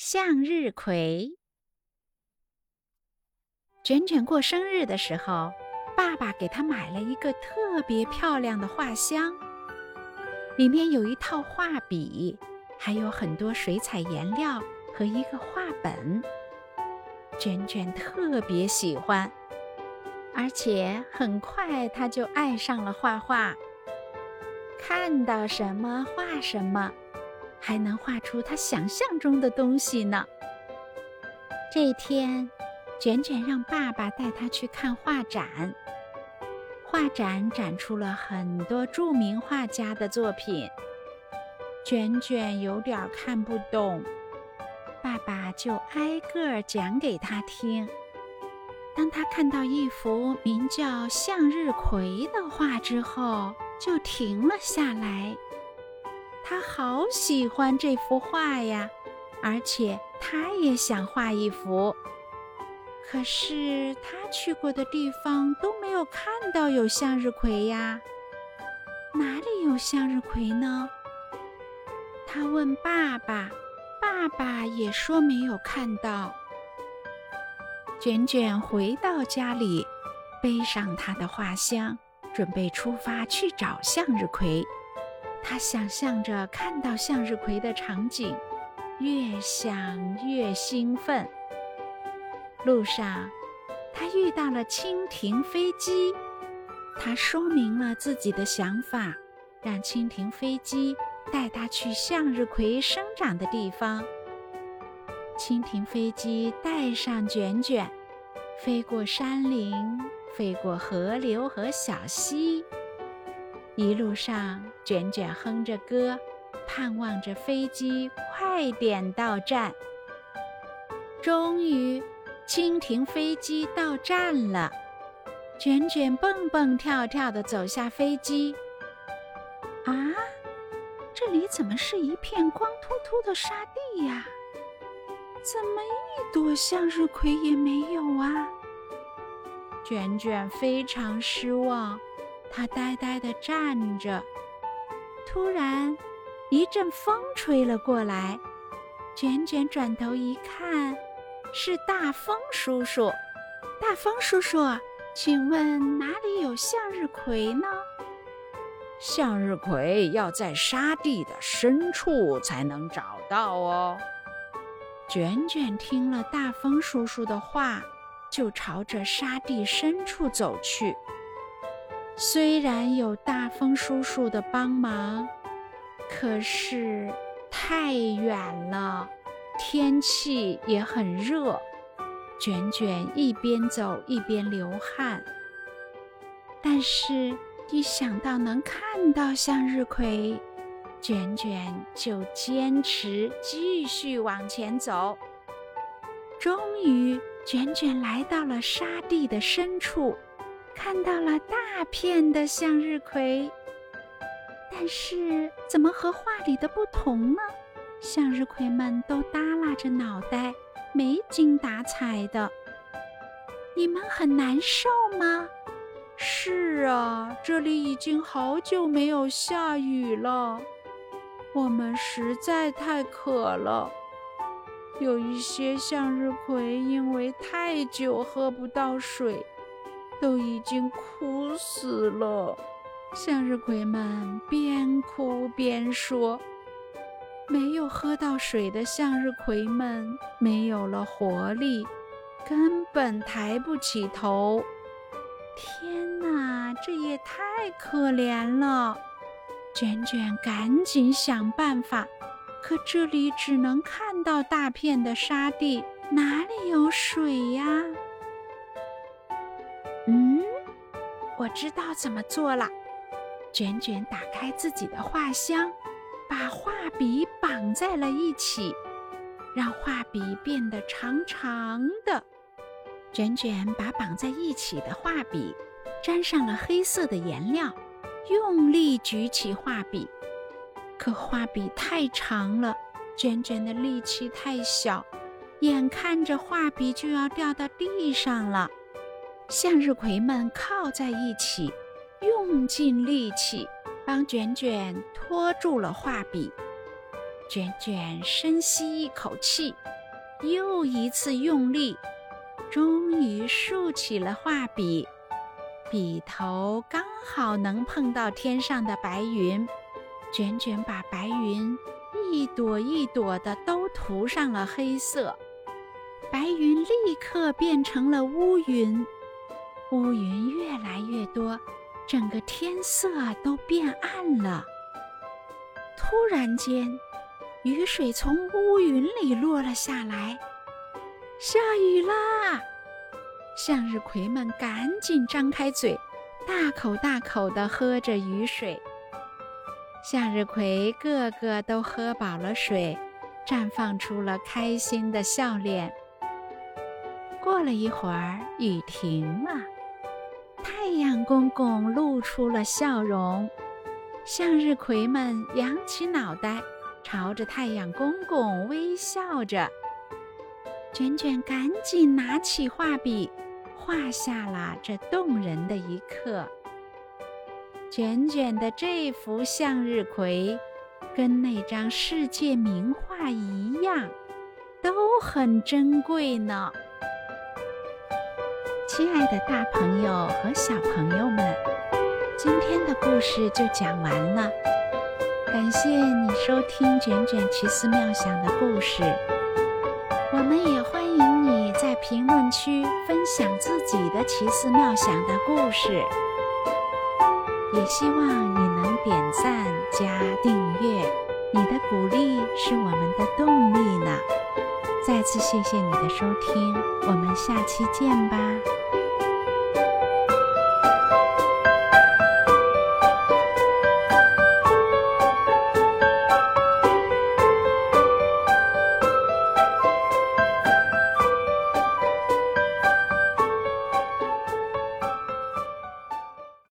向日葵。卷卷过生日的时候，爸爸给他买了一个特别漂亮的画箱，里面有一套画笔，还有很多水彩颜料和一个画本。卷卷特别喜欢，而且很快他就爱上了画画，看到什么画什么，还能画出他想象中的东西呢。这一天，卷卷让爸爸带他去看画展。画展展出了很多著名画家的作品，卷卷有点看不懂，爸爸就挨个讲给他听。当他看到一幅名叫《向日葵》的画之后，就停了下来。他好喜欢这幅画呀，而且他也想画一幅。可是他去过的地方都没有看到有向日葵呀，哪里有向日葵呢？他问爸爸，爸爸也说没有看到。卷卷回到家里，背上他的画箱，准备出发去找向日葵。他想象着看到向日葵的场景，越想越兴奋。路上，他遇到了蜻蜓飞机，他说明了自己的想法，让蜻蜓飞机带他去向日葵生长的地方。蜻蜓飞机带上卷卷，飞过山林，飞过河流和小溪。一路上，卷卷哼着歌，盼望着飞机快点到站。终于，蜻蜓飞机到站了，卷卷蹦蹦跳跳地走下飞机。啊，这里怎么是一片光秃秃的沙地呀？怎么一朵向日葵也没有啊？卷卷非常失望，他呆呆地站着。突然，一阵风吹了过来，卷卷转头一看，是大风叔叔。大风叔叔，请问哪里有向日葵呢？ 向日葵要在沙地的深处才能找到哦。 卷卷听了大风叔叔的话，就朝着沙地深处走去。虽然有大风叔叔的帮忙，可是太远了，天气也很热，卷卷一边走一边流汗。但是一想到能看到向日葵，卷卷就坚持继续往前走。终于，卷卷来到了沙地的深处，看到了大片的向日葵。但是怎么和画里的不同呢？向日葵们都耷拉着脑袋，没精打采的。你们很难受吗？是啊，这里已经好久没有下雨了，我们实在太渴了。有一些向日葵因为太久喝不到水，都已经枯死了。向日葵们边哭边说，没有喝到水的向日葵们没有了活力，根本抬不起头。天哪，这也太可怜了！卷卷赶紧想办法，可这里只能看到大片的沙地，哪里有水呀？我知道怎么做了。卷卷打开自己的画箱，把画笔绑在了一起，让画笔变得长长的。卷卷把绑在一起的画笔沾上了黑色的颜料，用力举起画笔。可画笔太长了，卷卷的力气太小，眼看着画笔就要掉到地上了。向日葵们靠在一起，用尽力气帮卷卷拖住了画笔。卷卷深吸一口气， 又一次用力，终于竖起了画笔，笔头刚好能碰到天上的白云。卷卷把白云一朵一朵的都涂上了黑色，白云立刻变成了乌云，乌云越来越多，整个天色都变暗了。突然间，雨水从乌云里落了下来，下雨啦！向日葵们赶紧张开嘴，大口大口地喝着雨水。向日葵个个都喝饱了水，绽放出了开心的笑脸。过了一会儿，雨停了，太阳公公露出了笑容。向日葵们扬起脑袋，朝着太阳公公微笑着。卷卷赶紧拿起画笔，画下了这动人的一刻。卷卷的这幅向日葵，跟那张世界名画一样，都很珍贵呢。亲爱的大朋友和小朋友们，今天的故事就讲完了。感谢你收听卷卷奇思妙想的故事。我们也欢迎你在评论区分享自己的奇思妙想的故事。也希望你能点赞加订阅，你的鼓励是我们的动力呢。再次谢谢你的收听，我们下期见吧。